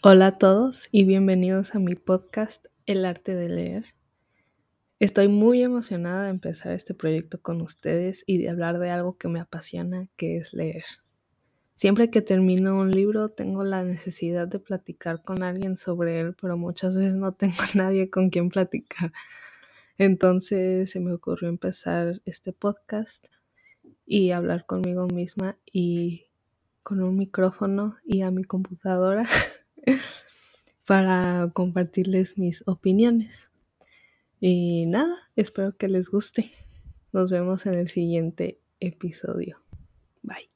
Hola a todos y bienvenidos a mi podcast El arte de leer. Estoy muy emocionada de empezar este proyecto con ustedes y de hablar de algo que me apasiona, que es leer. Siempre que termino un libro tengo la necesidad de platicar con alguien sobre él, pero muchas veces no tengo a nadie con quien platicar. Entonces se me ocurrió empezar este podcast y hablar conmigo misma y con un micrófono y a mi computadora para compartirles mis opiniones. Y nada, espero que les guste. Nos vemos en el siguiente episodio. Bye.